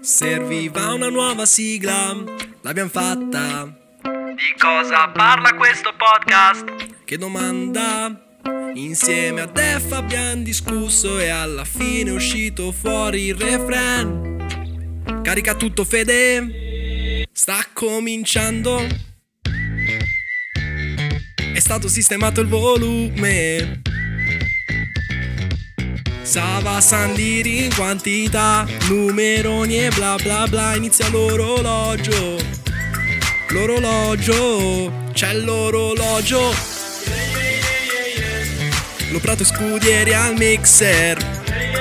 Serviva una nuova sigla, l'abbiamo fatta. Di cosa parla questo podcast? Che domanda? Insieme a Def abbiamo discusso e alla fine è uscito fuori il refrain. Carica tutto Fede, sta cominciando. È stato sistemato il volume. Sava Sandiri in quantità, numeroni e bla bla bla. Inizia l'orologio, c'è l'orologio. Lo Prato Scudieri al mixer.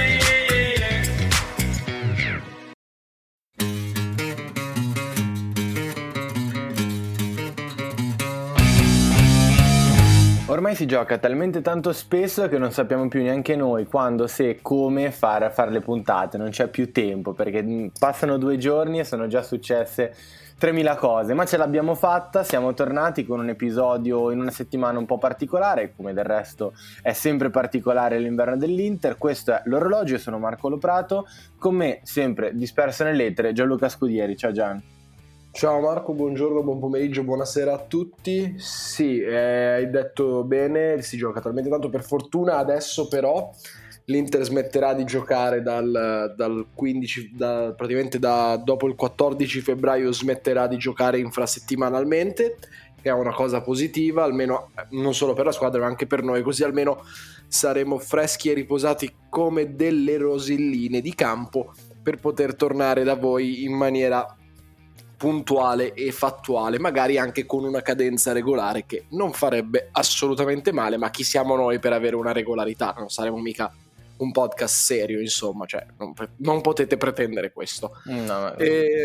Ormai si gioca talmente tanto spesso che non sappiamo più neanche noi quando, se, come fare a fare le puntate. Non c'è più tempo perché passano 2 giorni e sono già successe 3000 cose, ma ce l'abbiamo fatta. Siamo tornati con un episodio in una settimana un po' particolare, come del resto è sempre particolare l'inverno dell'Inter. Questo è l'orologio, io sono Marco Lo Prato, con me sempre disperso nell'etere Gianluca Scudieri. Ciao Gian. Ciao Marco, buongiorno, buon pomeriggio, buonasera a tutti. Sì, hai detto bene, si gioca talmente tanto, per fortuna. Adesso però l'Inter smetterà di giocare dal 15, praticamente dopo il 14 febbraio smetterà di giocare infrasettimanalmente, che è una cosa positiva, almeno non solo per la squadra ma anche per noi, così almeno saremo freschi e riposati come delle roselline di campo per poter tornare da voi in maniera puntuale e fattuale, magari anche con una cadenza regolare, che non farebbe assolutamente male, ma chi siamo noi per avere una regolarità? Non saremo mica un podcast serio, insomma, cioè non potete pretendere questo. No,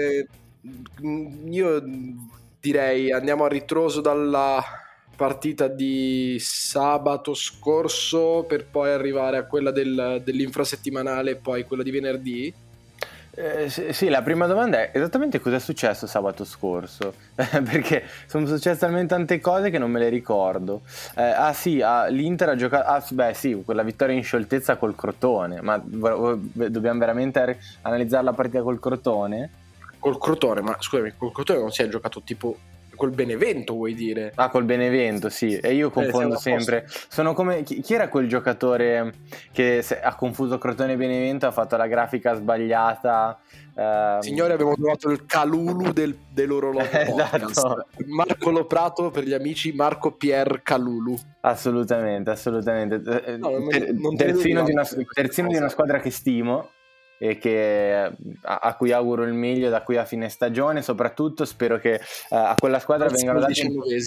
io direi andiamo a ritroso dalla partita di sabato scorso per poi arrivare a quella dell'infrasettimanale e poi quella di venerdì. Sì, la prima domanda è esattamente cosa è successo sabato scorso, perché sono successe talmente tante cose che non me le ricordo. L'Inter ha giocato, quella vittoria in scioltezza col Crotone, ma dobbiamo veramente analizzare la partita col Crotone? Col Crotone, ma scusami, col Crotone non si è giocato tipo col Benevento, vuoi dire? Ah, col Benevento, sì, e io confondo sempre. Sono come chi era quel giocatore che ha confuso Crotone e Benevento, ha fatto la grafica sbagliata. Signori, abbiamo trovato il Calulu dell'orologio podcast. Esatto. Marco Lo Prato, per gli amici, Marco Pier Calulu. Assolutamente. Terzino di una squadra che stimo e a cui auguro il meglio da qui a fine stagione. Soprattutto spero che a quella squadra vengano dati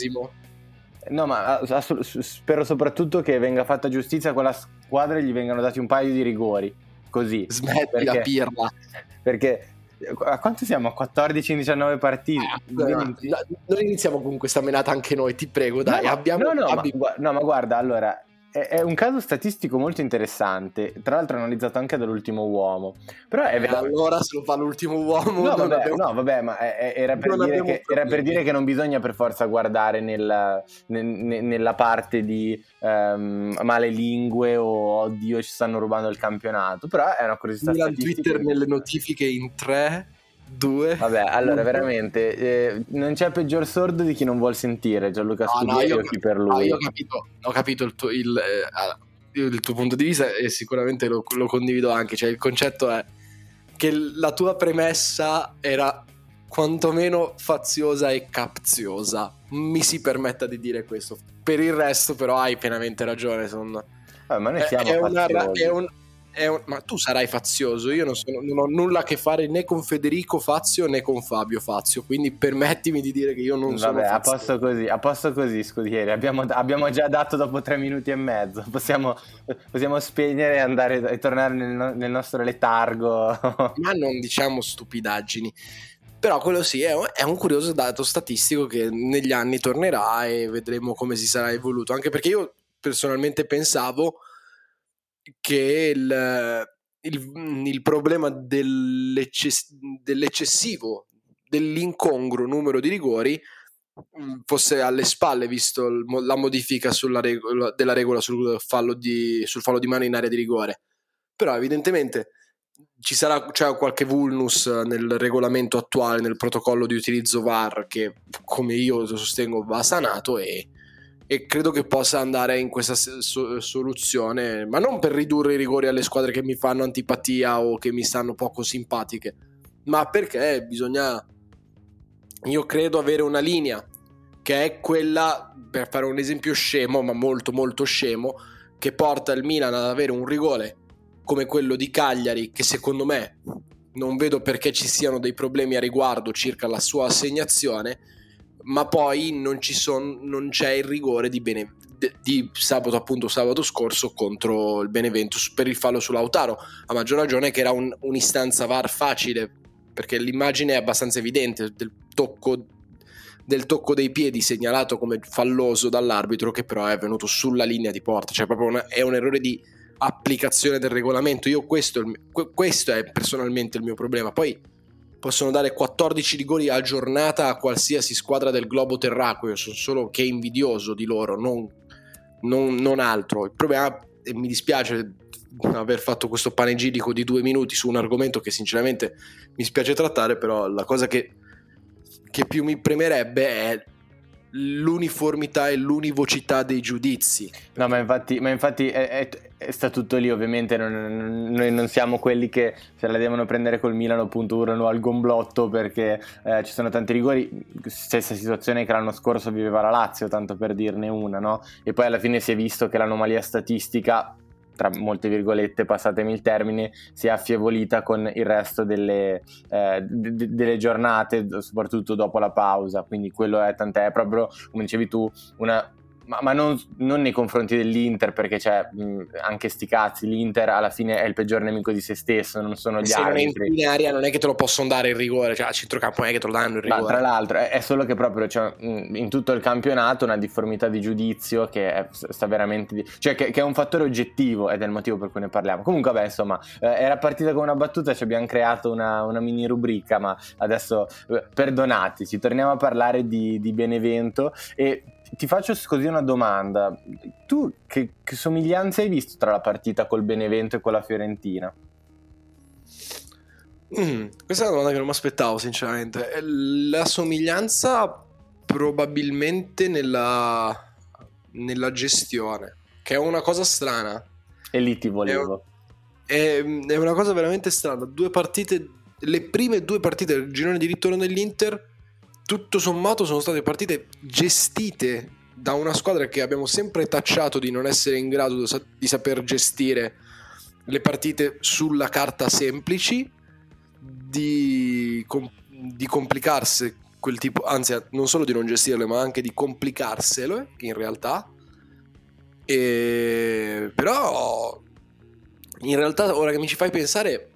spero soprattutto che venga fatta giustizia a quella squadra e gli vengano dati un paio di rigori, così. Smetti la pirla, perché a quanto siamo? A 14-19 partite? Non iniziamo con questa menata anche noi, ti prego, dai. Ma guarda, allora è un caso statistico molto interessante, tra l'altro analizzato anche dall'Ultimo Uomo, però allora se lo fa l'Ultimo Uomo ma era per dire che non bisogna per forza guardare nella parte di malelingue o oddio ci stanno rubando il campionato, però è una curiosità statistica. Twitter nelle notifiche in 3 2. Vabbè, allora veramente non c'è peggior sordo di chi non vuol sentire, Gianluca Scudieri o chi per lui. Io ho capito il tuo punto di vista e sicuramente lo condivido anche, cioè il concetto è che la tua premessa era quantomeno faziosa e capziosa, mi si permetta di dire questo. Per il resto però hai pienamente ragione, ma noi siamo faziosi. Ma tu sarai fazioso, io non ho nulla a che fare né con Federico Fazio né con Fabio Fazio, quindi permettimi di dire che io non sono fazioso. A posto così Scudieri, abbiamo già dato dopo 3 minuti e mezzo, possiamo spegnere e andare e tornare nel nostro letargo. Ma non diciamo stupidaggini, però quello sì è un curioso dato statistico che negli anni tornerà e vedremo come si sarà evoluto, anche perché io personalmente pensavo che il problema dell'eccessivo, dell'incongruo numero di rigori fosse alle spalle, visto la modifica della regola sul fallo di mano in area di rigore. Però evidentemente c'è qualche vulnus nel regolamento attuale, nel protocollo di utilizzo VAR, che come io sostengo va sanato, e credo che possa andare in questa soluzione, ma non per ridurre i rigori alle squadre che mi fanno antipatia o che mi stanno poco simpatiche, ma perché bisogna, io credo, avere una linea che è quella, per fare un esempio scemo, ma molto molto scemo, che porta il Milan ad avere un rigore come quello di Cagliari, che secondo me non vedo perché ci siano dei problemi a riguardo circa la sua assegnazione, ma poi non c'è il rigore di sabato scorso contro il Benevento per il fallo su Lautaro, a maggior ragione che era un'istanza VAR facile, perché l'immagine è abbastanza evidente del tocco dei piedi segnalato come falloso dall'arbitro, che però è venuto sulla linea di porta, cioè proprio è un errore di applicazione del regolamento. Io questo è personalmente il mio problema. Poi possono dare 14 rigori a giornata a qualsiasi squadra del globo terracqueo, sono solo che invidioso di loro, non altro. Il problema, e mi dispiace aver fatto questo panegirico di 2 minuti su un argomento che sinceramente mi spiace trattare, però la cosa che più mi premerebbe è l'uniformità e l'univocità dei giudizi. No, ma infatti sta tutto lì. Ovviamente noi non siamo quelli che se la devono prendere col Milano, appunto, urlano al gomblotto perché ci sono tanti rigori. Stessa situazione che l'anno scorso viveva la Lazio, tanto per dirne una, no? E poi alla fine si è visto che l'anomalia statistica, tra molte virgolette, passatemi il termine, si è affievolita con il resto delle giornate, soprattutto dopo la pausa. Quindi quello è proprio, come dicevi tu, ma non nei confronti dell'Inter, perché c'è anche sti cazzi, l'Inter alla fine è il peggior nemico di se stesso, non sono gli arbitri. Se non è in area non è che te lo possono dare il rigore, cioè a centrocampo non è che te lo danno il rigore. Ma tra l'altro è solo che proprio c'è in tutto il campionato una difformità di giudizio che sta veramente cioè che è un fattore oggettivo, ed è il motivo per cui ne parliamo. Comunque vabbè, insomma, era partita con una battuta, ci abbiamo creato una mini rubrica, ma adesso perdonateci, torniamo a parlare di Benevento. E ti faccio così una domanda: tu che somiglianze hai visto tra la partita col Benevento e con la Fiorentina? Questa è una domanda che non mi aspettavo sinceramente. La somiglianza probabilmente nella gestione, che è una cosa strana. E lì ti volevo. È una cosa veramente strana. Le prime 2 partite del girone di ritorno dell'Inter, tutto sommato, sono state partite gestite da una squadra che abbiamo sempre tacciato di non essere in grado di saper gestire le partite sulla carta semplici, di complicarsi quel tipo, anzi non solo di non gestirle ma anche di complicarselo in realtà. Però in realtà, ora che mi ci fai pensare,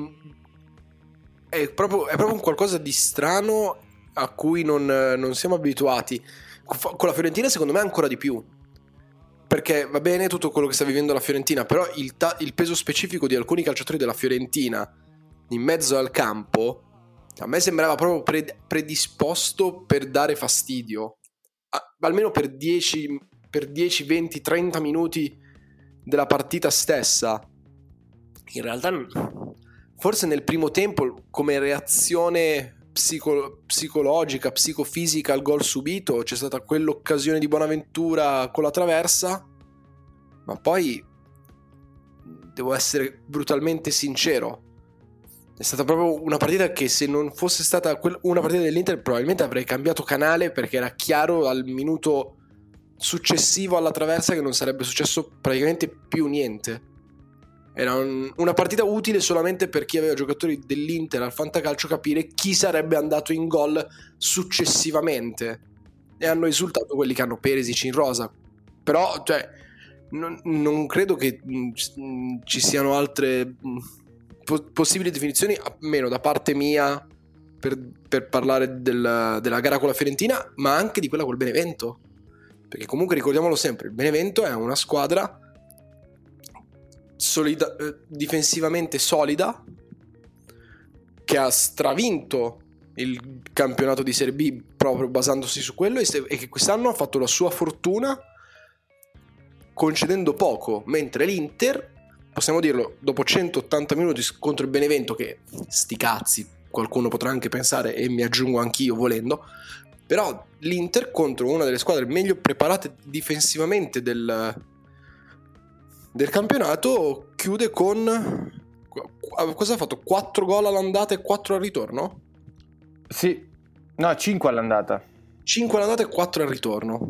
è proprio un qualcosa di strano a cui non siamo abituati. Con la Fiorentina secondo me ancora di più, perché va bene tutto quello che sta vivendo la Fiorentina, però il peso specifico di alcuni calciatori della Fiorentina in mezzo al campo a me sembrava proprio predisposto per dare fastidio, almeno per 10, 20, 30 minuti della partita stessa. In realtà forse nel primo tempo, come reazione psicologica, psicofisica al gol subito, c'è stata quell'occasione di Bonaventura con la traversa, ma poi devo essere brutalmente sincero, è stata proprio una partita che, se non fosse stata una partita dell'Inter, probabilmente avrei cambiato canale, perché era chiaro al minuto successivo alla traversa che non sarebbe successo praticamente più niente. Era una partita utile solamente per chi aveva giocatori dell'Inter al fantacalcio capire chi sarebbe andato in gol successivamente, e hanno esultato quelli che hanno Perisic in rosa. Però cioè non credo che ci siano altre possibili definizioni, almeno da parte mia, per parlare della gara con la Fiorentina, ma anche di quella col Benevento, perché comunque ricordiamolo sempre, il Benevento è una squadra solida, difensivamente solida, che ha stravinto il campionato di Serie B proprio basandosi su quello, e che quest'anno ha fatto la sua fortuna concedendo poco, mentre l'Inter possiamo dirlo, dopo 180 minuti contro il Benevento, che sti cazzi, qualcuno potrà anche pensare, e mi aggiungo anch'io volendo, però l'Inter contro una delle squadre meglio preparate difensivamente del campionato chiude con, cosa ha fatto? 4 gol all'andata e 4 al ritorno? Sì, no, 5 all'andata. 5 all'andata e 4 al ritorno.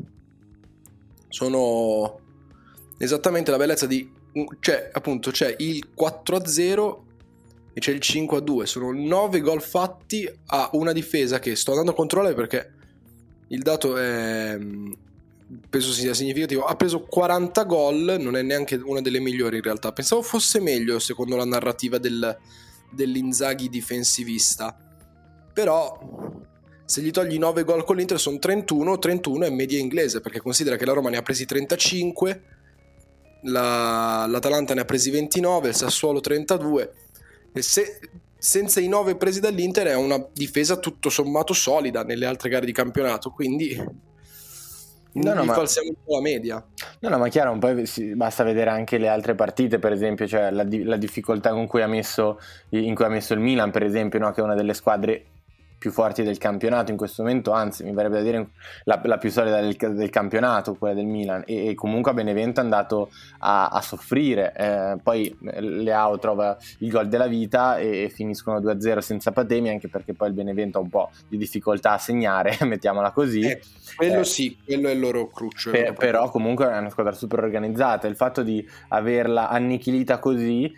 Sono esattamente la bellezza di, cioè appunto c'è il 4-0 e c'è il 5-2. Sono 9 gol fatti a una difesa che sto andando a controllare perché il dato è, penso sia significativo. Ha preso 40 gol, non è neanche una delle migliori in realtà. Pensavo fosse meglio secondo la narrativa dell'Inzaghi difensivista, però se gli togli 9 gol con l'Inter sono 31 è media inglese, perché considera che la Roma ne ha presi 35, l'Atalanta ne ha presi 29, il Sassuolo 32, e senza i 9 presi dall'Inter è una difesa tutto sommato solida nelle altre gare di campionato, quindi falsiamo un po' la media. No, ma chiaro, poi basta vedere anche le altre partite, per esempio, cioè la difficoltà in cui ha messo il Milan, per esempio, no? Che è una delle squadre più forti del campionato in questo momento, anzi mi verrebbe da dire la più solida del campionato, quella del Milan, e comunque a Benevento è andato a soffrire, poi Leao trova il gol della vita e finiscono 2-0 senza patemi, anche perché poi il Benevento ha un po' di difficoltà a segnare, mettiamola così. Quello sì, quello è il loro cruccio. Però comunque è una squadra super organizzata, il fatto di averla annichilita così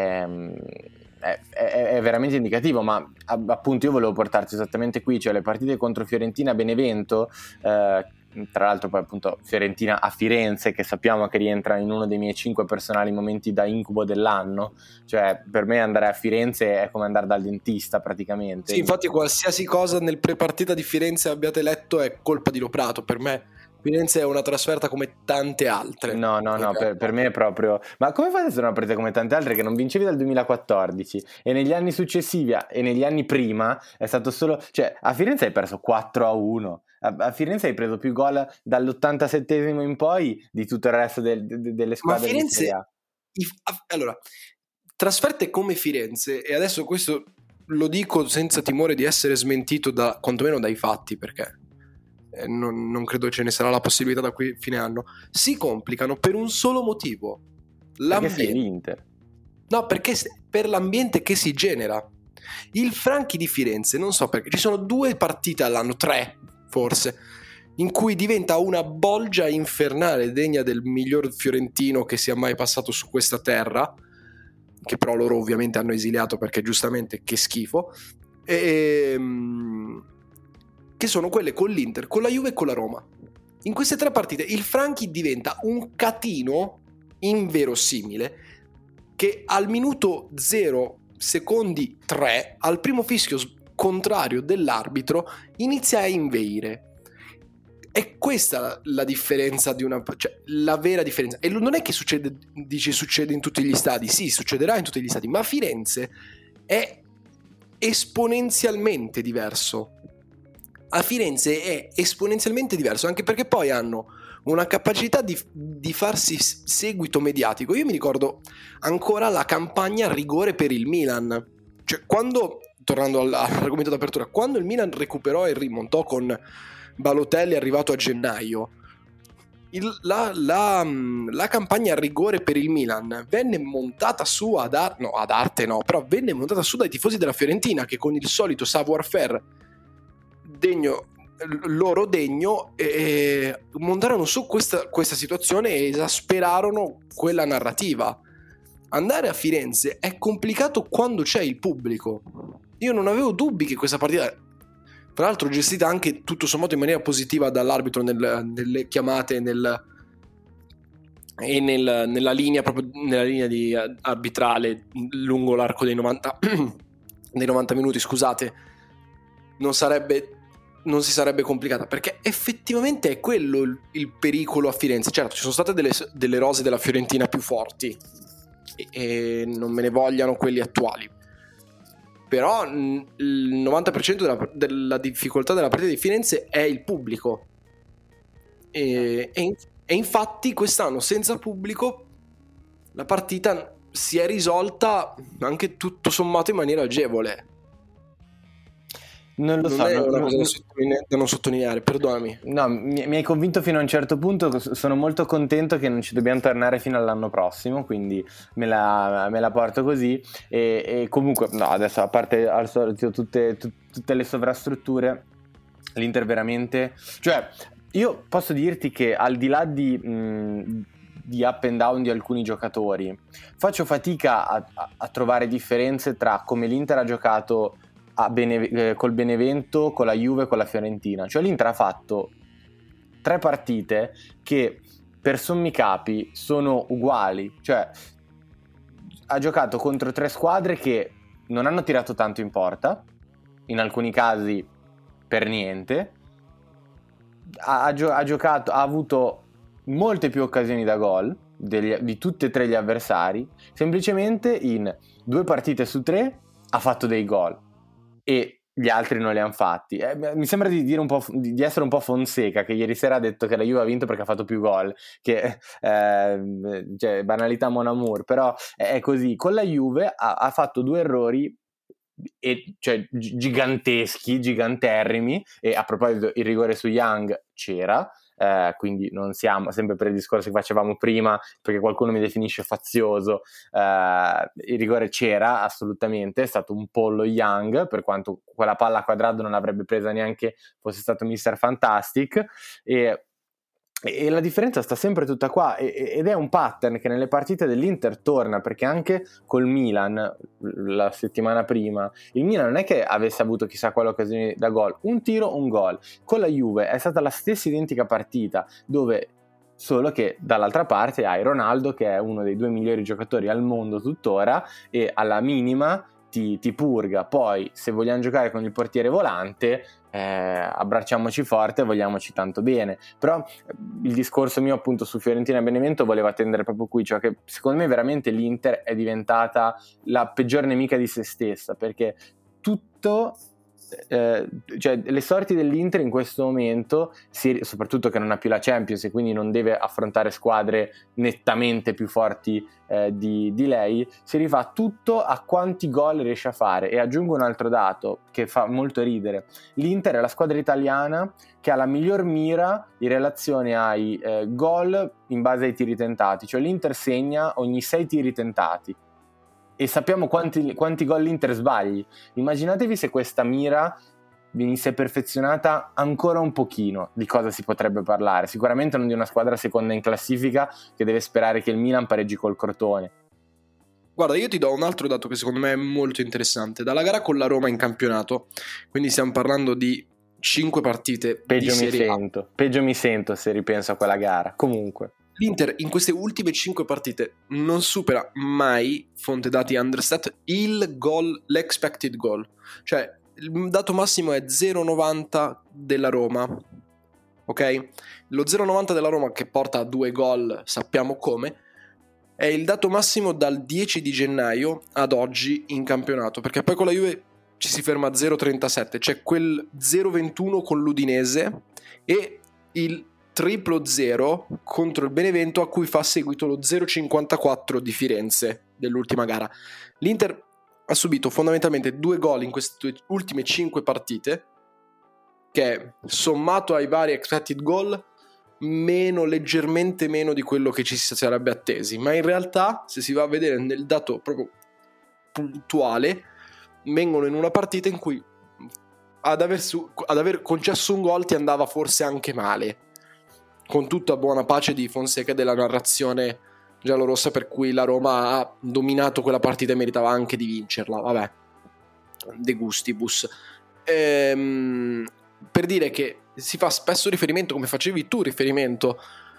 è veramente indicativo, ma appunto io volevo portarti esattamente qui, cioè le partite contro Fiorentina, Benevento, tra l'altro poi appunto Fiorentina a Firenze, che sappiamo che rientra in uno dei miei 5 personali momenti da incubo dell'anno, cioè per me andare a Firenze è come andare dal dentista praticamente. Sì, infatti qualsiasi cosa nel prepartita di Firenze abbiate letto è colpa di Loprato. Per me Firenze è una trasferta come tante altre. No, per me è proprio... Ma come fate a essere una partita come tante altre che non vincevi dal 2014 e negli anni successivi e negli anni prima è stato solo... Cioè, a Firenze hai perso 4-1. A Firenze hai preso più gol dall'87esimo in poi di tutto il resto delle squadre. Ma Firenze... di Serie A. Allora, trasferte come Firenze, e adesso questo lo dico senza timore di essere smentito quantomeno dai fatti, perché... non credo ce ne sarà la possibilità da qui fine anno, si complicano per un solo motivo: l'ambiente. Perché sei l'Inter. No, perché per l'ambiente che si genera. Il Franchi di Firenze, non so perché, ci sono 2 partite all'anno, 3 forse, in cui diventa una bolgia infernale degna del miglior fiorentino che sia mai passato su questa terra, che però loro ovviamente hanno esiliato perché giustamente che schifo, che sono quelle con l'Inter, con la Juve e con la Roma. In queste 3 partite il Franchi diventa un catino inverosimile che al minuto 0 secondi 3, al primo fischio contrario dell'arbitro, inizia a inveire. È questa la differenza cioè la vera differenza. E non è che succede in tutti gli stadi, sì, succederà in tutti gli stadi, ma a Firenze è esponenzialmente diverso. A Firenze è esponenzialmente diverso, anche perché poi hanno una capacità di farsi seguito mediatico. Io mi ricordo ancora la campagna a rigore per il Milan, cioè quando, tornando all'argomento d'apertura, quando il Milan recuperò e rimontò con Balotelli arrivato a gennaio, la campagna a rigore per il Milan venne montata su venne montata su dai tifosi della Fiorentina, che con il solito savoir-faire loro degno montarono su questa situazione e esasperarono quella narrativa. Andare a Firenze è complicato quando c'è il pubblico. Io non avevo dubbi che questa partita, tra l'altro gestita anche tutto sommato in maniera positiva dall'arbitro nelle chiamate nella linea, proprio nella linea di arbitrale lungo l'arco dei 90 minuti, scusate, non si sarebbe complicata, perché effettivamente è quello il pericolo a Firenze. Certo, ci sono state delle rose della Fiorentina più forti e non me ne vogliano quelli attuali, però il 90% della difficoltà della partita di Firenze è il pubblico e infatti quest'anno senza pubblico la partita si è risolta anche tutto sommato in maniera agevole. Non lo so, è una cosa da non sottolineare, perdonami. No, mi hai convinto fino a un certo punto. Sono molto contento che non ci dobbiamo tornare fino all'anno prossimo, quindi me la porto così. E comunque, no, adesso a parte al solito tutte le sovrastrutture, l'Inter veramente, cioè io posso dirti che al di là di up and down di alcuni giocatori, faccio fatica a trovare differenze tra come l'Inter ha giocato col Benevento, con la Juve e con la Fiorentina. Cioè l'Inter ha fatto 3 partite che per sommi capi sono uguali, cioè ha giocato contro 3 squadre che non hanno tirato tanto in porta, in alcuni casi per niente, ha giocato, ha avuto molte più occasioni da gol di tutti e 3 gli avversari, semplicemente in 2 partite su 3 ha fatto dei gol e gli altri non li hanno fatti. Mi sembra di dire di essere un po' Fonseca, che ieri sera ha detto che la Juve ha vinto perché ha fatto più gol, che cioè, banalità mon amour, però è così. Con la Juve ha fatto 2 errori cioè giganterrimi, e a proposito il rigore su Young c'era, quindi non siamo sempre per il discorso che facevamo prima, perché qualcuno mi definisce fazioso. Il rigore c'era assolutamente, è stato un pollo Young, per quanto quella palla a quadrato non l'avrebbe presa neanche fosse stato Mr. Fantastic, e la differenza sta sempre tutta qua, ed è un pattern che nelle partite dell'Inter torna, perché anche col Milan la settimana prima il Milan non è che avesse avuto chissà quale occasione da gol, un tiro, un gol. Con la Juve è stata la stessa identica partita, dove solo che dall'altra parte hai Ronaldo, che è uno dei 2 migliori giocatori al mondo tuttora, e alla minima ti purga. Poi se vogliamo giocare con il portiere volante, abbracciamoci forte e vogliamoci tanto bene. Però il discorso mio appunto su Fiorentina e Benevento voleva tendere proprio qui, cioè che secondo me veramente l'Inter è diventata la peggior nemica di se stessa, perché tutto cioè le sorti dell'Inter in questo momento, soprattutto che non ha più la Champions e quindi non deve affrontare squadre nettamente più forti di lei, si rifà tutto a quanti gol riesce a fare. E aggiungo un altro dato che fa molto ridere: l'Inter è la squadra italiana che ha la miglior mira in relazione ai gol in base ai tiri tentati, cioè l'Inter segna ogni 6 tiri tentati e sappiamo quanti gol l'Inter sbagli. Immaginatevi se questa mira venisse perfezionata ancora un pochino, di cosa si potrebbe parlare. Sicuramente non di una squadra seconda in classifica che deve sperare che il Milan pareggi col Crotone. Guarda, io ti do un altro dato che secondo me è molto interessante. Dalla gara con la Roma in campionato, quindi stiamo parlando di 5 partite di Serie A. Peggio mi sento se ripenso a quella gara. Comunque l'Inter in queste ultime 5 partite non supera mai, fonte dati Understat, l'expected goal. Cioè il dato massimo è 0,90 della Roma, ok? Lo 0,90 della Roma, che porta a 2 gol, sappiamo come, è il dato massimo dal 10 di gennaio ad oggi in campionato, perché poi con la Juve ci si ferma a 0,37, c'è quel 0,21 con l'Udinese e il triplo 0 contro il Benevento, a cui fa seguito lo 0,54 di Firenze dell'ultima gara. L'Inter ha subito fondamentalmente 2 gol in queste ultime 5 partite, che sommato ai vari expected goal leggermente meno di quello che ci si sarebbe attesi, ma in realtà se si va a vedere nel dato proprio puntuale, vengono in una partita in cui ad aver concesso un gol ti andava forse anche male, con tutta buona pace di Fonseca e della narrazione giallorossa, per cui la Roma ha dominato quella partita e meritava anche di vincerla. Vabbè, de gustibus. Per dire che si fa spesso riferimento, come facevi tu riferimento,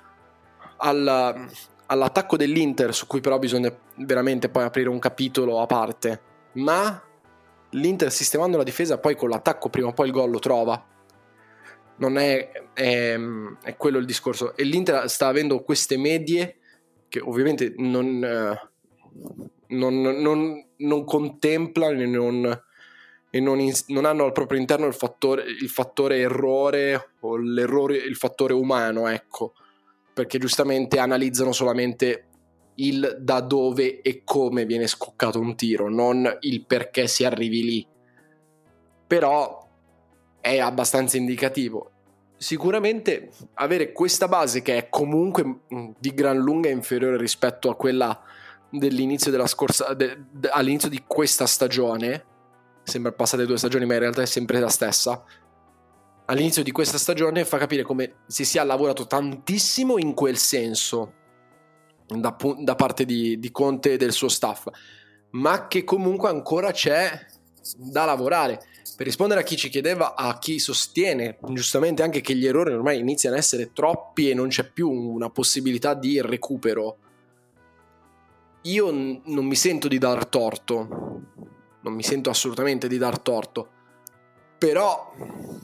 all'attacco dell'Inter, su cui però bisogna veramente poi aprire un capitolo a parte, ma l'Inter, sistemando la difesa, poi con l'attacco prima o poi il gol lo trova. Non è quello il discorso, e l'Inter sta avendo queste medie che ovviamente non contemplano e non hanno al proprio interno il fattore errore o il fattore umano, ecco, perché giustamente analizzano solamente il da dove e come viene scoccato un tiro, non il perché si arrivi lì. Però è abbastanza indicativo. Sicuramente avere questa base, che è comunque di gran lunga inferiore rispetto a quella dell'inizio della scorsa all'inizio di questa stagione, sembra passate 2 stagioni ma in realtà è sempre la stessa, all'inizio di questa stagione fa capire come si sia lavorato tantissimo in quel senso da parte di Conte e del suo staff, ma che comunque ancora c'è da lavorare. Per rispondere a chi ci chiedeva, a chi sostiene giustamente anche che gli errori ormai iniziano a essere troppi e non c'è più una possibilità di recupero, io non mi sento di dar torto, non mi sento assolutamente di dar torto, però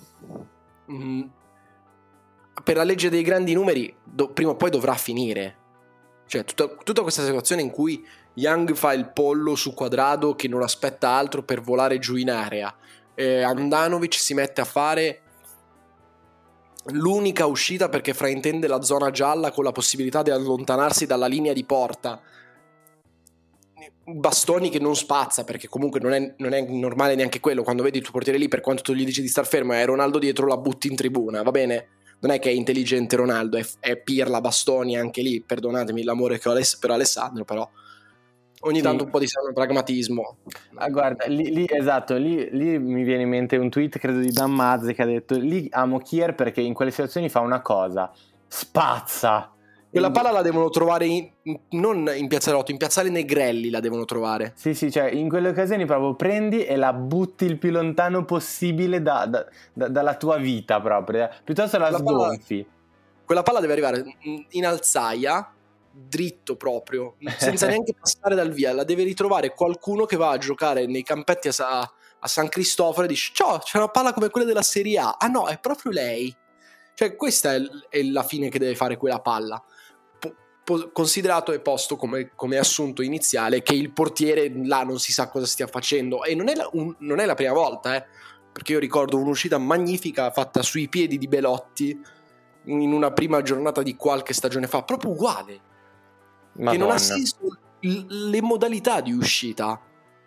per la legge dei grandi numeri prima o poi dovrà finire. Cioè tutta questa situazione in cui Young fa il pollo su Quadrado che non aspetta altro per volare giù in area, Handanovic si mette a fare l'unica uscita perché fraintende la zona gialla con la possibilità di allontanarsi dalla linea di porta, Bastoni che non spazza, perché comunque non è normale neanche quello, quando vedi il tuo portiere lì, per quanto tu gli dici di star fermo e Ronaldo dietro, la butti in tribuna, va bene? Non è che è intelligente Ronaldo, è pirla Bastoni anche lì, perdonatemi l'amore che ho per Alessandro, però ogni tanto un po' di sano pragmatismo. Guarda, esatto, lì mi viene in mente un tweet, credo di Dan Mazzi, che ha detto: lì amo Kier perché in quelle situazioni fa una cosa, spazza. Quella palla la devono trovare non in Piazzale 8, in Piazzale Negrelli la devono trovare. Sì, cioè in quelle occasioni proprio prendi e la butti il più lontano possibile dalla tua vita proprio, piuttosto la sgonfi. Quella palla deve arrivare in alzaia, dritto proprio, senza neanche passare dal via, la deve ritrovare qualcuno che va a giocare nei campetti a San Cristoforo e dice: ciao, c'è una palla come quella della Serie A. Ah no, è proprio lei. Cioè questa è la fine che deve fare quella palla, considerato e posto come assunto iniziale che il portiere là non si sa cosa stia facendo, e non è la prima volta, perché io ricordo un'uscita magnifica fatta sui piedi di Belotti in una prima giornata di qualche stagione fa, proprio uguale. Madonna. Che non ha senso le modalità di uscita.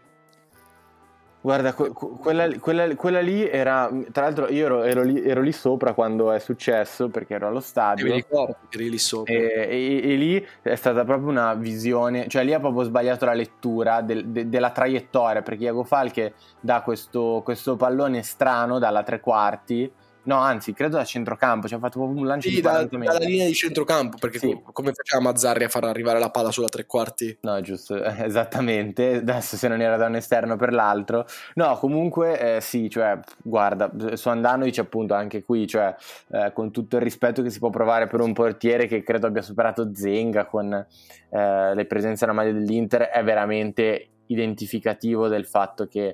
Guarda, quella lì era, tra l'altro io ero lì sopra quando è successo, perché ero allo stadio. Mi ricordo che eri lì sopra. E lì è stata proprio una visione, cioè lì ha proprio sbagliato la lettura della traiettoria, perché Iago Falche dà questo pallone strano dalla tre quarti. No, anzi, credo da centrocampo, ci ha fatto proprio un lancio di 40 metri. Dalla linea di centrocampo, perché sì. Come faceva Mazzarri a far arrivare la palla sulla tre quarti? No, giusto, esattamente, adesso se non era da un esterno per l'altro. No, comunque sì, cioè, guarda, su Handanovic appunto anche qui, cioè, con tutto il rispetto che si può provare per un portiere che credo abbia superato Zenga con le presenze alla maglia dell'Inter, è veramente identificativo del fatto che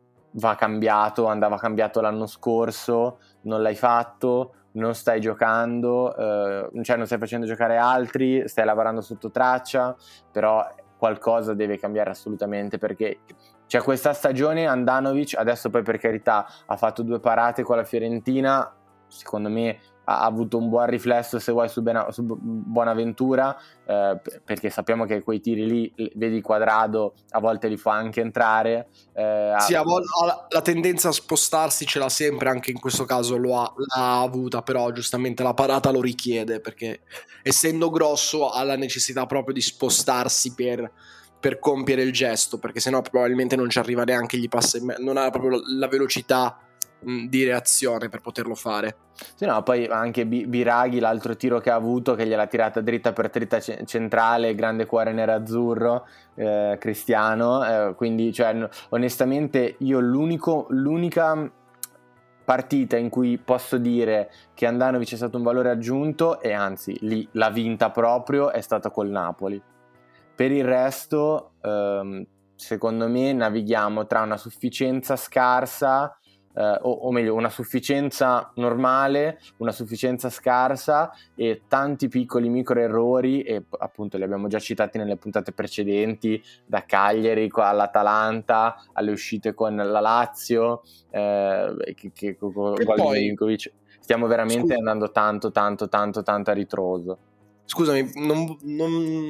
andava cambiato l'anno scorso, non l'hai fatto, non stai giocando, cioè non stai facendo giocare altri, stai lavorando sotto traccia, però qualcosa deve cambiare assolutamente, perché c'è questa stagione Handanovic, adesso poi per carità ha fatto 2 parate con la Fiorentina, secondo me ha avuto un buon riflesso se vuoi su Bonaventura, perché sappiamo che quei tiri lì, vedi Quadrado, a volte li fa anche entrare. Sì, la tendenza a spostarsi ce l'ha sempre, anche in questo caso l'ha avuta, però giustamente la parata lo richiede, perché essendo grosso ha la necessità proprio di spostarsi per compiere il gesto, perché sennò probabilmente non ci arriva neanche, gli passa non ha proprio la velocità di reazione per poterlo fare. Sì, no, poi anche Biraghi, l'altro tiro che ha avuto, che gliel'ha tirata dritta per dritta centrale, grande cuore nerazzurro, Cristiano, quindi cioè, onestamente io l'unica partita in cui posso dire che Handanovic è stato un valore aggiunto, e anzi lì l'ha vinta proprio, è stata col Napoli. Per il resto secondo me navighiamo tra una sufficienza scarsa, o meglio una sufficienza normale, una sufficienza scarsa e tanti piccoli micro errori, e appunto li abbiamo già citati nelle puntate precedenti, da Cagliari all'Atalanta alle uscite con la Lazio, che poi Milinkovic, stiamo veramente andando tanto a ritroso. Scusami,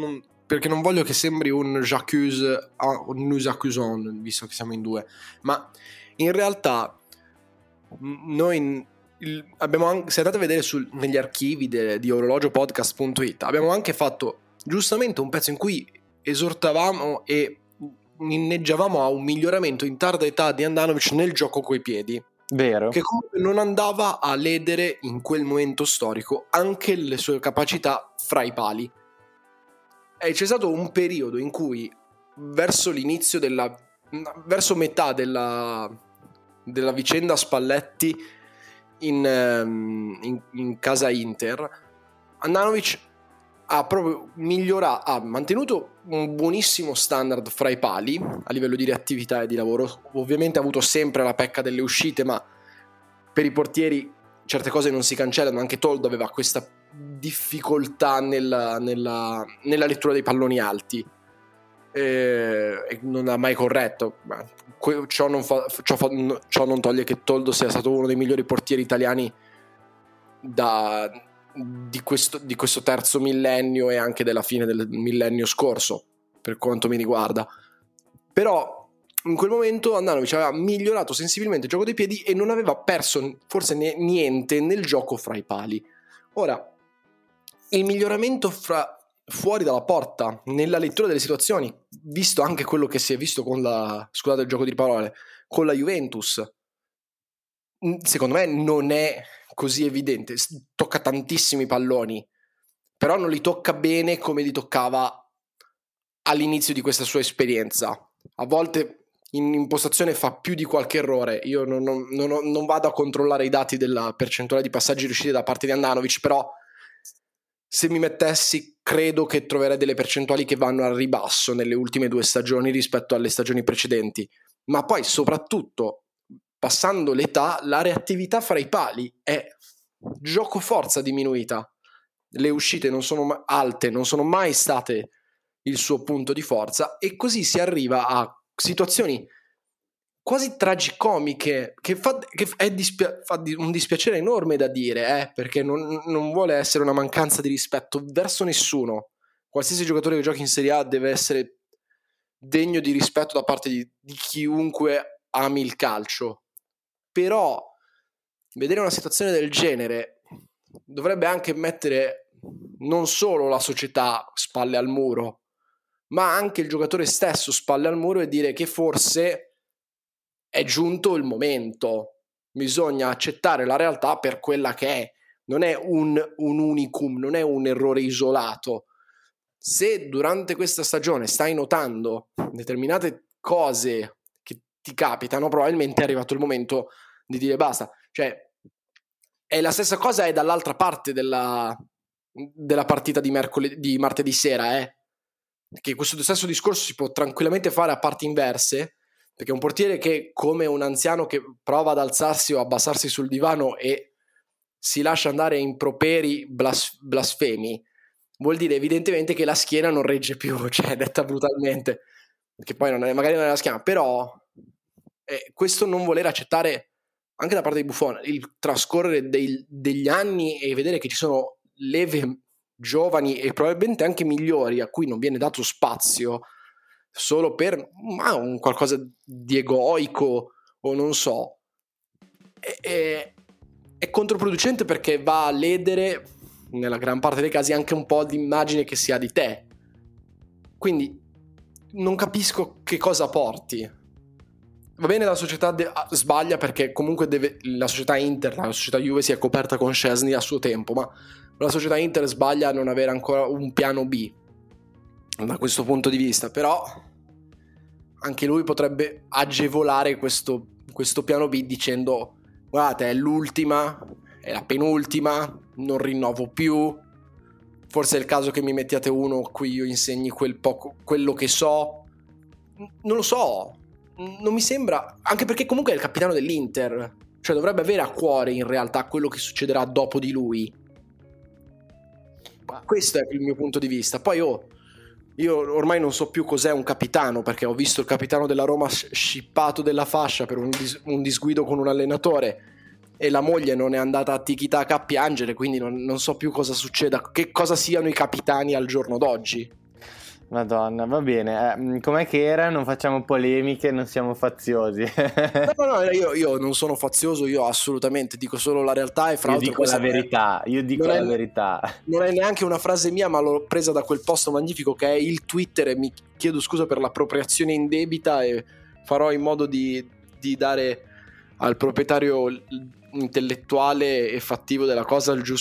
perché non voglio che sembri un j'accuse, un nous accusons, visto che siamo in due, ma in realtà noi abbiamo anche, se andate a vedere negli archivi di orologiopodcast.it, abbiamo anche fatto giustamente un pezzo in cui esortavamo e inneggiavamo a un miglioramento in tarda età di Handanovic nel gioco coi piedi, Vero. che comunque non andava a ledere in quel momento storico anche le sue capacità fra i pali. E c'è stato un periodo in cui verso metà della vicenda Spalletti in casa Inter, Handanovic ha proprio ha mantenuto un buonissimo standard fra i pali a livello di reattività e di lavoro. Ovviamente ha avuto sempre la pecca delle uscite, ma per i portieri certe cose non si cancellano. Anche Toldo aveva questa difficoltà nella lettura dei palloni alti, e non ha mai corretto. Ciò non toglie che Toldo sia stato uno dei migliori portieri italiani di questo terzo millennio e anche della fine del millennio scorso, per quanto mi riguarda. Però in quel momento Handanovic aveva migliorato sensibilmente il gioco dei piedi e non aveva perso forse niente nel gioco fra i pali. Ora, il miglioramento fuori dalla porta, nella lettura delle situazioni, visto anche quello che si è visto scusate il gioco di parole, con la Juventus, secondo me non è così evidente. Tocca tantissimi palloni, però non li tocca bene come li toccava all'inizio di questa sua esperienza. A volte in impostazione fa più di qualche errore. Io non vado a controllare i dati della percentuale di passaggi riusciti da parte di Handanovic, però se mi mettessi credo che troverei delle percentuali che vanno al ribasso nelle ultime 2 stagioni rispetto alle stagioni precedenti. Ma poi soprattutto, passando l'età, la reattività fra i pali è gioco forza diminuita. Le uscite non sono alte, non sono mai state il suo punto di forza, e così si arriva a situazioni quasi tragicomiche che fa un dispiacere enorme da dire, perché non vuole essere una mancanza di rispetto verso nessuno. Qualsiasi giocatore che giochi in Serie A deve essere degno di rispetto da parte di chiunque ami il calcio. Però vedere una situazione del genere dovrebbe anche mettere non solo la società spalle al muro, ma anche il giocatore stesso spalle al muro, e dire che forse è giunto il momento, bisogna accettare la realtà per quella che è. Non è un unicum, non è un errore isolato. Se durante questa stagione stai notando determinate cose che ti capitano, probabilmente è arrivato il momento di dire basta. Cioè, è la stessa cosa è dall'altra parte della partita di martedì sera, che questo stesso discorso si può tranquillamente fare a parti inverse, perché un portiere che, come un anziano che prova ad alzarsi o abbassarsi sul divano e si lascia andare in improperi blasfemi, vuol dire evidentemente che la schiena non regge più, cioè detta brutalmente, che poi magari non è la schiena, però questo non voler accettare anche da parte di Buffon il trascorrere degli anni e vedere che ci sono leve giovani e probabilmente anche migliori a cui non viene dato spazio solo per un qualcosa di egoico o non so, è controproducente, perché va a ledere nella gran parte dei casi anche un po' l'immagine che si ha di te. Quindi non capisco che cosa porti. Va bene, la società sbaglia, perché comunque la società Inter, la società Juve si è coperta con Szczesny a suo tempo, ma la società Inter sbaglia a non avere ancora un piano B da questo punto di vista. Però anche lui potrebbe agevolare questo piano B dicendo: guardate, è l'ultima, è la penultima, non rinnovo più, forse è il caso che mi mettiate uno a cui io insegni quello che so. Non lo so, non mi sembra, anche perché comunque è il capitano dell'Inter, cioè dovrebbe avere a cuore in realtà quello che succederà dopo di lui. Questo è il mio punto di vista. Poi io ormai non so più cos'è un capitano, perché ho visto il capitano della Roma scippato della fascia per un disguido con un allenatore, e la moglie non è andata a tiki-taka a piangere, quindi non so più cosa succeda, che cosa siano i capitani al giorno d'oggi. Madonna, va bene. Com'è che era? Non facciamo polemiche, non siamo faziosi. No, io non sono fazioso, io assolutamente dico solo la realtà, e fra Io l'altro dico la verità, io dico la verità. Non è neanche una frase mia, ma l'ho presa da quel posto magnifico che è il Twitter, e mi chiedo scusa per l'appropriazione indebita e farò in modo di dare al proprietario intellettuale e fattivo della cosa il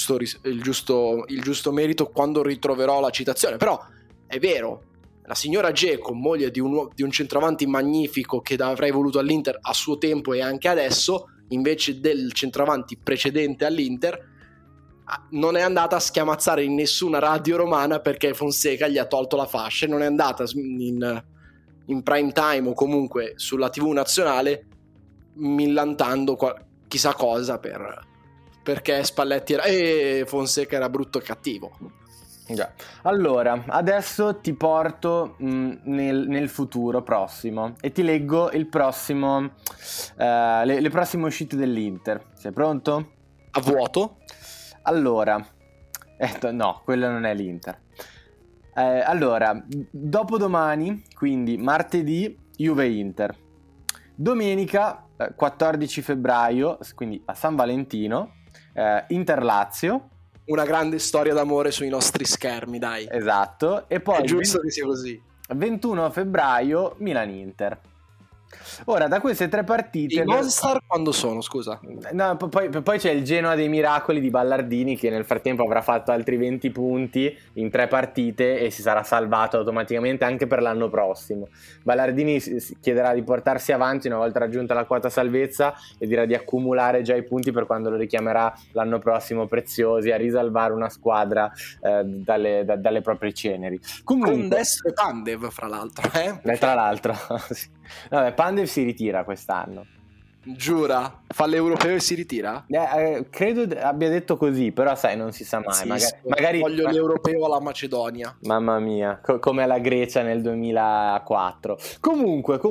giusto merito quando ritroverò la citazione. Però è vero, la signora Dzeko, moglie di un centravanti magnifico che avrei voluto all'Inter a suo tempo e anche adesso, invece del centravanti precedente all'Inter, non è andata a schiamazzare in nessuna radio romana perché Fonseca gli ha tolto la fascia, non è andata in prime time o comunque sulla TV nazionale millantando chissà cosa perché Spalletti e Fonseca era brutto e cattivo. Già. Allora, adesso ti porto nel futuro prossimo e ti leggo il prossimo le prossime uscite dell'Inter. Sei pronto? A vuoto? Allora, no, quello non è l'Inter. Allora, dopodomani, quindi martedì, Juve-Inter. Domenica, 14 febbraio, quindi a San Valentino, Inter-Lazio. Una grande storia d'amore sui nostri schermi, dai. Esatto. E poi è giusto che sia così. 21 febbraio, Milan-Inter. Ora, da queste tre partite... I Monster quando sono, scusa? No, poi c'è il Genoa dei miracoli di Ballardini, che nel frattempo avrà fatto altri 20 punti in 3 partite e si sarà salvato automaticamente anche per l'anno prossimo. Ballardini si chiederà di portarsi avanti una volta raggiunta la quota salvezza e dirà di accumulare già i punti per quando lo richiamerà l'anno prossimo preziosi a risalvare una squadra dalle proprie ceneri. Comunque, con Destro e Pandev, fra l'altro. Tra l'altro sì. Vabbè, Pandev si ritira quest'anno. Giura? Fa l'europeo e si ritira? Credo abbia detto così, però sai, non si sa mai. Magari voglio l'europeo alla Macedonia. Mamma mia, come alla Grecia nel 2004. Comunque,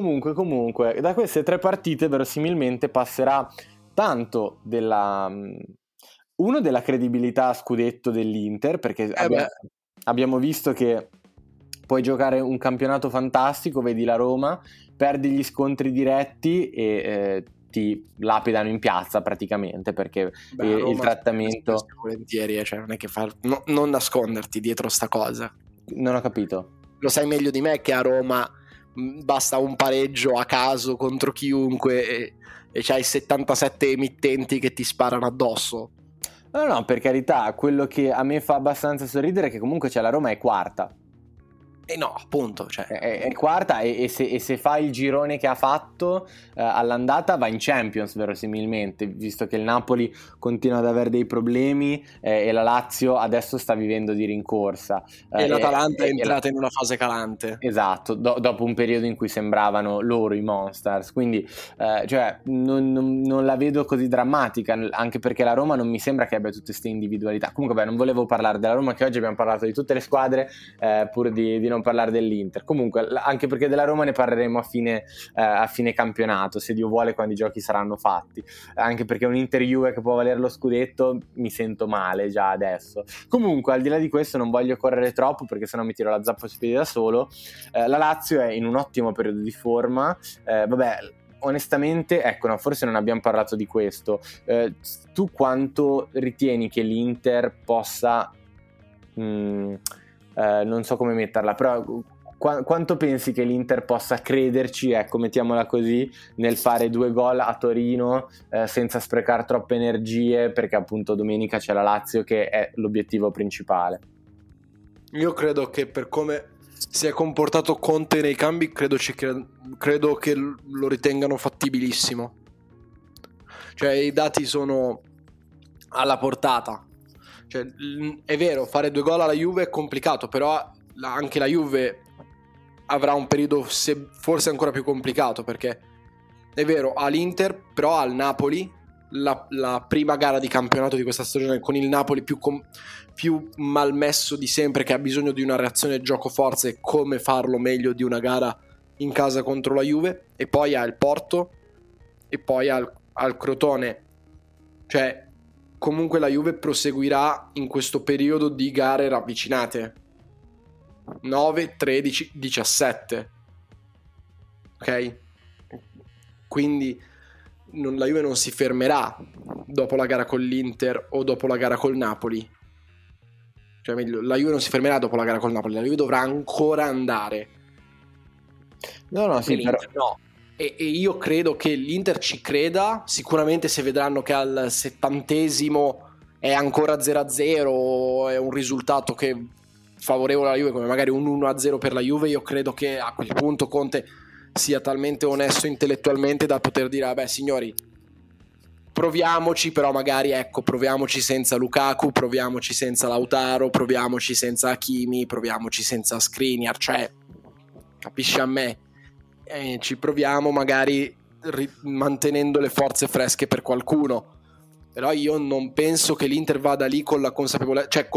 da queste 3 partite verosimilmente passerà tanto della credibilità a scudetto dell'Inter, perché abbiamo visto che puoi giocare un campionato fantastico, vedi la Roma, perdi gli scontri diretti e ti lapidano in piazza praticamente, perché il trattamento... Volentieri, cioè non è che non nasconderti dietro sta cosa. Non ho capito. Lo sai meglio di me che a Roma basta un pareggio a caso contro chiunque e c'hai 77 emittenti che ti sparano addosso. No, per carità, quello che a me fa abbastanza sorridere è che comunque la Roma è quarta. E no, appunto, cioè. È quarta e se fa il girone che ha fatto all'andata va in Champions verosimilmente, visto che il Napoli continua ad avere dei problemi e la Lazio adesso sta vivendo di rincorsa. E l'Atalanta è entrata in una fase calante. Esatto, dopo un periodo in cui sembravano loro i Monsters, quindi cioè, non la vedo così drammatica, anche perché la Roma non mi sembra che abbia tutte queste individualità. Comunque non volevo parlare della Roma, che oggi abbiamo parlato di tutte le squadre pur di non parlare dell'Inter. Comunque, anche perché della Roma ne parleremo a fine campionato, se Dio vuole, quando i giochi saranno fatti, anche perché un Inter Juve che può valere lo scudetto mi sento male già adesso. Comunque, al di là di questo non voglio correre troppo perché sennò mi tiro la zappa sui piedi da solo. La Lazio è in un ottimo periodo di forma, onestamente, ecco, no, forse non abbiamo parlato di questo. Tu quanto ritieni che l'Inter possa non so come metterla, però quanto pensi che l'Inter possa crederci, ecco, mettiamola così, nel fare 2 gol a Torino senza sprecare troppe energie, perché appunto domenica c'è la Lazio che è l'obiettivo principale? Io credo che per come si è comportato Conte nei cambi, credo che lo ritengano fattibilissimo. Cioè i dati sono alla portata. Cioè, è vero, fare 2 gol alla Juve è complicato, però anche la Juve avrà un periodo forse ancora più complicato, perché è vero, all'Inter, però al Napoli la prima gara di campionato di questa stagione, con il Napoli più malmesso di sempre, che ha bisogno di una reazione gioco-forza, e come farlo meglio di una gara in casa contro la Juve, e poi al Porto e poi al Crotone. Cioè comunque la Juve proseguirà in questo periodo di gare ravvicinate. 9, 13, 17. Ok? Quindi la Juve non si fermerà dopo la gara con l'Inter o dopo la gara col Napoli. Cioè, meglio, la Juve non si fermerà dopo la gara col Napoli, la Juve dovrà ancora andare. No, sì, però... no. E io credo che l'Inter ci creda. Sicuramente se vedranno che al 70° è ancora 0-0, è un risultato che favorevole alla Juve, come magari un 1-0 per la Juve, io credo che a quel punto Conte sia talmente onesto intellettualmente da poter dire vabbè signori, proviamoci, però magari ecco, proviamoci senza Lukaku, proviamoci senza Lautaro, proviamoci senza Hakimi, proviamoci senza Skriniar, cioè capisci a me, ci proviamo magari mantenendo le forze fresche per qualcuno. Però io non penso che l'Inter vada lì con la consapevolezza, cioè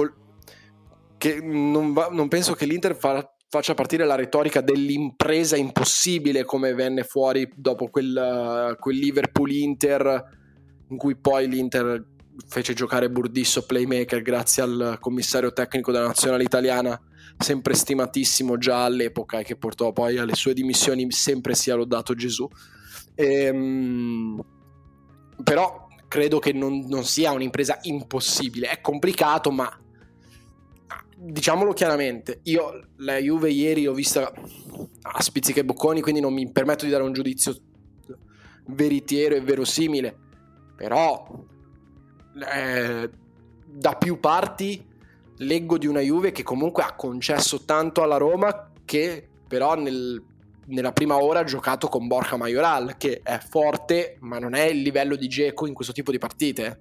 non penso che l'Inter faccia partire la retorica dell'impresa impossibile come venne fuori dopo quel Liverpool-Inter, in cui poi l'Inter fece giocare Burdisso playmaker grazie al commissario tecnico della nazionale italiana, sempre stimatissimo già all'epoca, e che portò poi alle sue dimissioni, sempre sia lodato Gesù. Però credo che non sia un'impresa impossibile, è complicato, ma diciamolo chiaramente, io la Juve ieri l'ho vista a spizzichi e bocconi, quindi non mi permetto di dare un giudizio veritiero e verosimile, però da più parti leggo di una Juve che comunque ha concesso tanto alla Roma, che però nella prima ora ha giocato con Borja Mayoral, che è forte ma non è il livello di Dzeko in questo tipo di partite.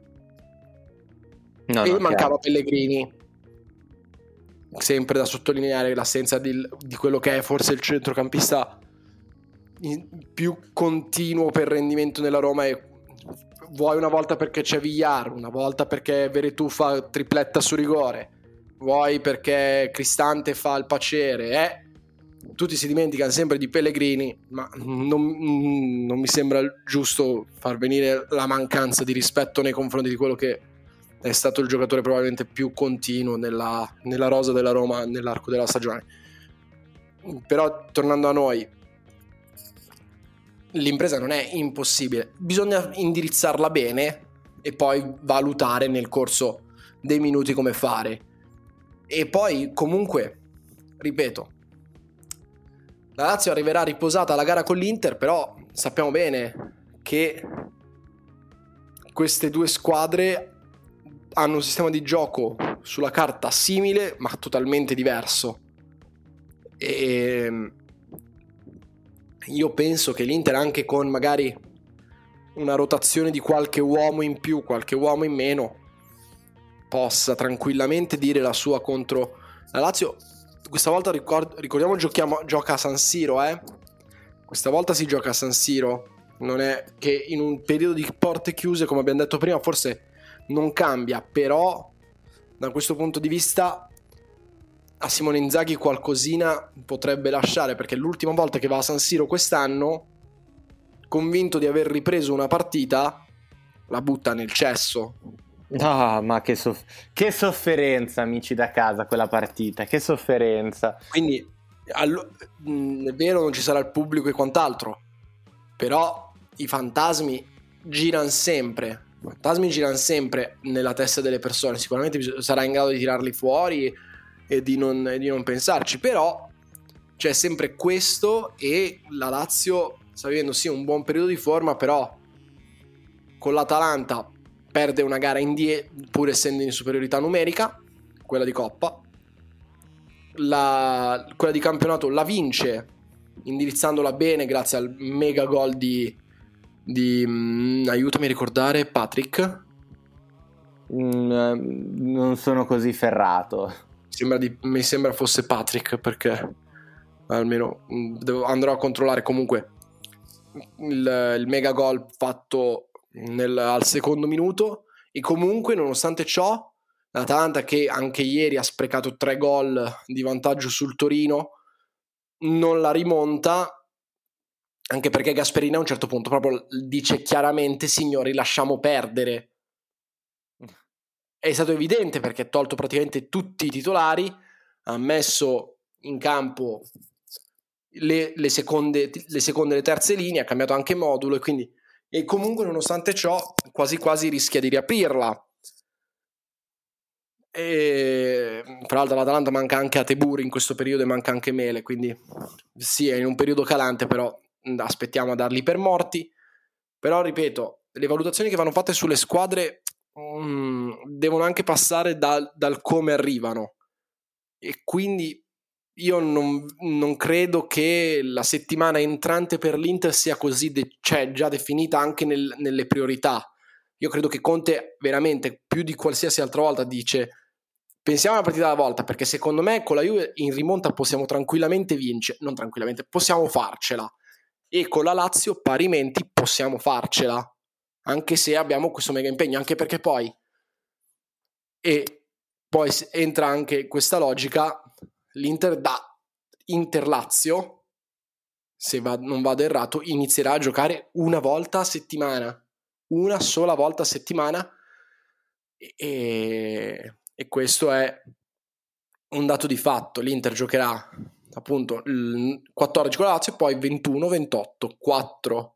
E mancava Pellegrini, sempre da sottolineare l'assenza di quello che è forse il centrocampista più continuo per rendimento nella Roma, e vuoi una volta perché c'è Villar, una volta perché Veretout fa tripletta su rigore, vuoi perché Cristante fa il pacere, tutti si dimenticano sempre di Pellegrini, ma non mi sembra giusto far venire la mancanza di rispetto nei confronti di quello che è stato il giocatore probabilmente più continuo nella rosa della Roma nell'arco della stagione. Però tornando a noi, l'impresa non è impossibile, bisogna indirizzarla bene e poi valutare nel corso dei minuti come fare. E poi comunque, ripeto, la Lazio arriverà riposata alla gara con l'Inter, però sappiamo bene che queste due squadre hanno un sistema di gioco sulla carta simile ma totalmente diverso, e io penso che l'Inter, anche con magari una rotazione di qualche uomo in più, qualche uomo in meno, possa tranquillamente dire la sua contro la Lazio. Questa volta ricordiamo gioca a San Siro, questa volta si gioca a San Siro, non è che in un periodo di porte chiuse, come abbiamo detto prima, forse non cambia, però da questo punto di vista a Simone Inzaghi qualcosina potrebbe lasciare, perché l'ultima volta che va a San Siro quest'anno, convinto di aver ripreso una partita, la butta nel cesso. No, ma che sofferenza, amici da casa, quella partita, che sofferenza. Quindi è vero, non ci sarà il pubblico e quant'altro, però i fantasmi girano sempre nella testa delle persone. Sicuramente sarà in grado di tirarli fuori e di non pensarci, però c'è sempre questo, e la Lazio sta vivendo sì un buon periodo di forma, però con l'Atalanta perde una gara pur essendo in superiorità numerica, quella di Coppa, quella di campionato la vince indirizzandola bene grazie al mega gol di aiutami a ricordare, Patrick. Non sono così ferrato. Mi sembra fosse Patrick, perché almeno andrò a controllare. Comunque il mega gol fatto al secondo minuto, e comunque nonostante ciò l'Atalanta, che anche ieri ha sprecato 3 gol di vantaggio sul Torino, non la rimonta, anche perché Gasperini a un certo punto proprio dice chiaramente: signori, lasciamo perdere. È stato evidente, perché ha tolto praticamente tutti i titolari, ha messo in campo le seconde e le terze linee, ha cambiato anche modulo e comunque nonostante ciò quasi quasi rischia di riaprirla. E tra l'altro l'Atalanta manca anche Ateburi in questo periodo e manca anche Mele, quindi sì, è in un periodo calante, però aspettiamo a darli per morti. Però ripeto, le valutazioni che vanno fatte sulle squadre devono anche passare dal come arrivano, e quindi io non credo che la settimana entrante per l'Inter sia così cioè già definita anche nelle priorità. Io credo che Conte veramente più di qualsiasi altra volta dice pensiamo alla partita alla volta, perché secondo me con la Juve in rimonta possiamo tranquillamente vincere, non tranquillamente, possiamo farcela, e con la Lazio parimenti possiamo farcela, anche se abbiamo questo mega impegno, anche perché poi entra anche questa logica, l'Inter da Inter-Lazio, se non vado errato, inizierà a giocare una volta a settimana, una sola volta a settimana, e questo è un dato di fatto. L'Inter giocherà appunto il 14 con la Lazio e poi 21, 28, 4,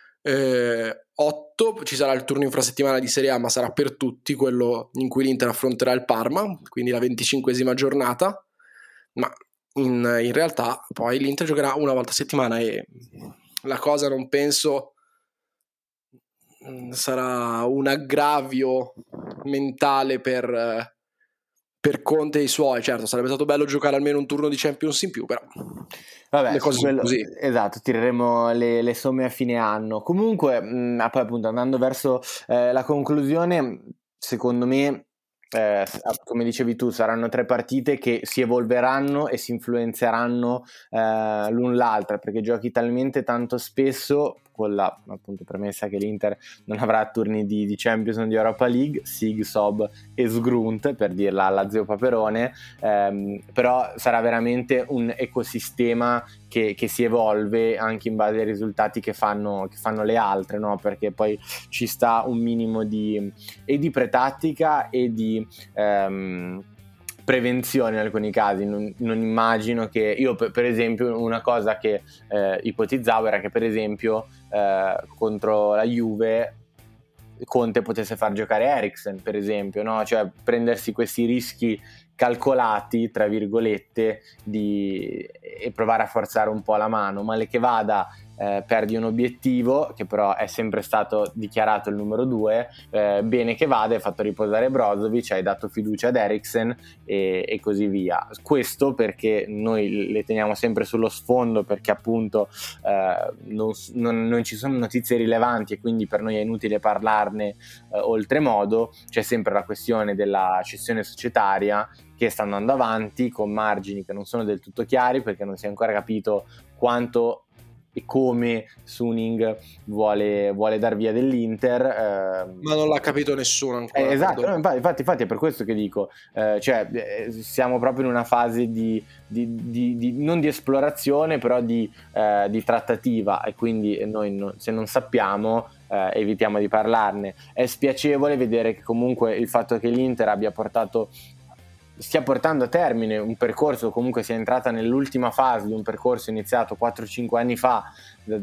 8 ci sarà il turno infrasettimana di Serie A, ma sarà per tutti, quello in cui l'Inter affronterà il Parma, quindi la 25esima giornata, ma in realtà poi l'Inter giocherà una volta a settimana e la cosa non penso sarà un aggravio mentale per Conte e i suoi. Certo, sarebbe stato bello giocare almeno un turno di Champions in più, però vabbè, le cose sono così. Esatto, tireremo le somme a fine anno. Comunque, poi appunto andando verso la conclusione, secondo me, come dicevi tu, saranno 3 partite che si evolveranno e si influenzeranno l'un l'altra, perché giochi talmente tanto spesso, con la appunto premessa che l'Inter non avrà turni di Champions o di Europa League, Sig, Sob e Sgrunt, per dirla alla zio Paperone, però sarà veramente un ecosistema che si evolve anche in base ai risultati che fanno le altre, no? Perché poi ci sta un minimo di pretattica e di prevenzione in alcuni casi. Non immagino che io per esempio, una cosa che ipotizzavo era che per esempio contro la Juve Conte potesse far giocare Eriksen, per esempio, no? Cioè prendersi questi rischi calcolati, tra virgolette, e provare a forzare un po' la mano. Male che vada, perdi un obiettivo che però è sempre stato dichiarato il numero 2, bene che vada, hai fatto riposare Brozovic, hai dato fiducia ad Eriksen e così via. Questo perché noi le teniamo sempre sullo sfondo, perché appunto non ci sono notizie rilevanti e quindi per noi è inutile parlarne oltremodo. C'è sempre la questione della cessione societaria che sta andando avanti con margini che non sono del tutto chiari, perché non si è ancora capito quanto e come Suning vuole dar via dell'Inter, ma non l'ha capito nessuno ancora. Esatto, no, infatti è per questo che dico, siamo proprio in una fase di non di esplorazione, però di trattativa, e quindi noi se non sappiamo evitiamo di parlarne. È spiacevole vedere che comunque il fatto che l'Inter stia portando a termine un percorso, comunque sia entrata nell'ultima fase di un percorso iniziato 4-5 anni fa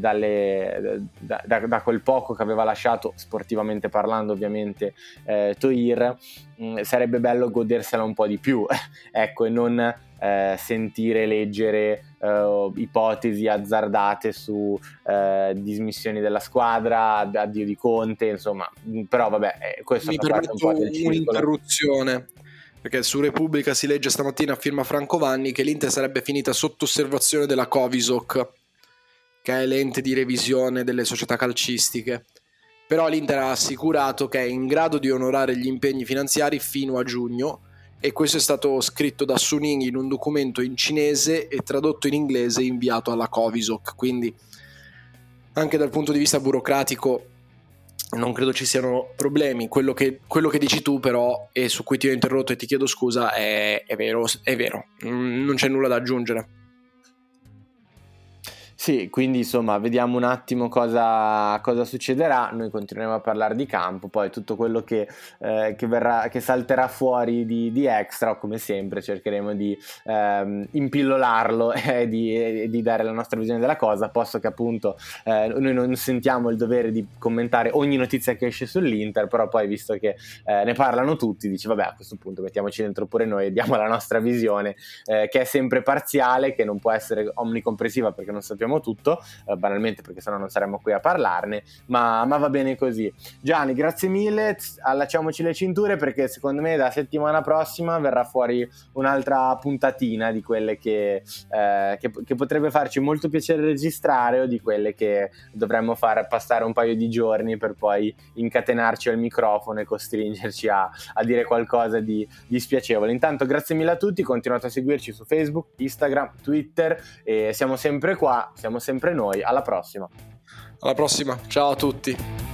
da quel poco che aveva lasciato, sportivamente parlando ovviamente, Toir. Sarebbe bello godersela un po' di più ecco, e non sentire, leggere ipotesi azzardate su dismissioni della squadra, addio di Conte, insomma. Però vabbè, questo mi fa parte un po' del circolo. Un'interruzione, perché su Repubblica si legge stamattina a firma Franco Vanni che l'Inter sarebbe finita sotto osservazione della Covisoc, che è l'ente di revisione delle società calcistiche. Però l'Inter ha assicurato che è in grado di onorare gli impegni finanziari fino a giugno, e questo è stato scritto da Suning in un documento in cinese e tradotto in inglese e inviato alla Covisoc. Quindi anche dal punto di vista burocratico non credo ci siano problemi. Quello che dici tu però, e su cui ti ho interrotto e ti chiedo scusa, è vero, non c'è nulla da aggiungere. Sì, quindi insomma vediamo un attimo cosa succederà. Noi continueremo a parlare di campo, poi tutto quello che salterà fuori di extra, come sempre cercheremo di impillolarlo e di dare la nostra visione della cosa, posto che appunto noi non sentiamo il dovere di commentare ogni notizia che esce sull'Inter, però poi visto che ne parlano tutti, dici vabbè, a questo punto mettiamoci dentro pure noi e diamo la nostra visione, che è sempre parziale, che non può essere omnicomprensiva perché non sappiamo tutto, banalmente perché sennò non saremmo qui a parlarne, ma va bene così. Gianni, grazie mille, allacciamoci le cinture perché secondo me da settimana prossima verrà fuori un'altra puntatina di quelle che potrebbe farci molto piacere registrare, o di quelle che dovremmo far passare un paio di giorni per poi incatenarci al microfono e costringerci a dire qualcosa di spiacevole. Intanto grazie mille a tutti, continuate a seguirci su Facebook, Instagram, Twitter, e siamo sempre qua, siamo sempre noi. Alla prossima. Alla prossima, ciao a tutti.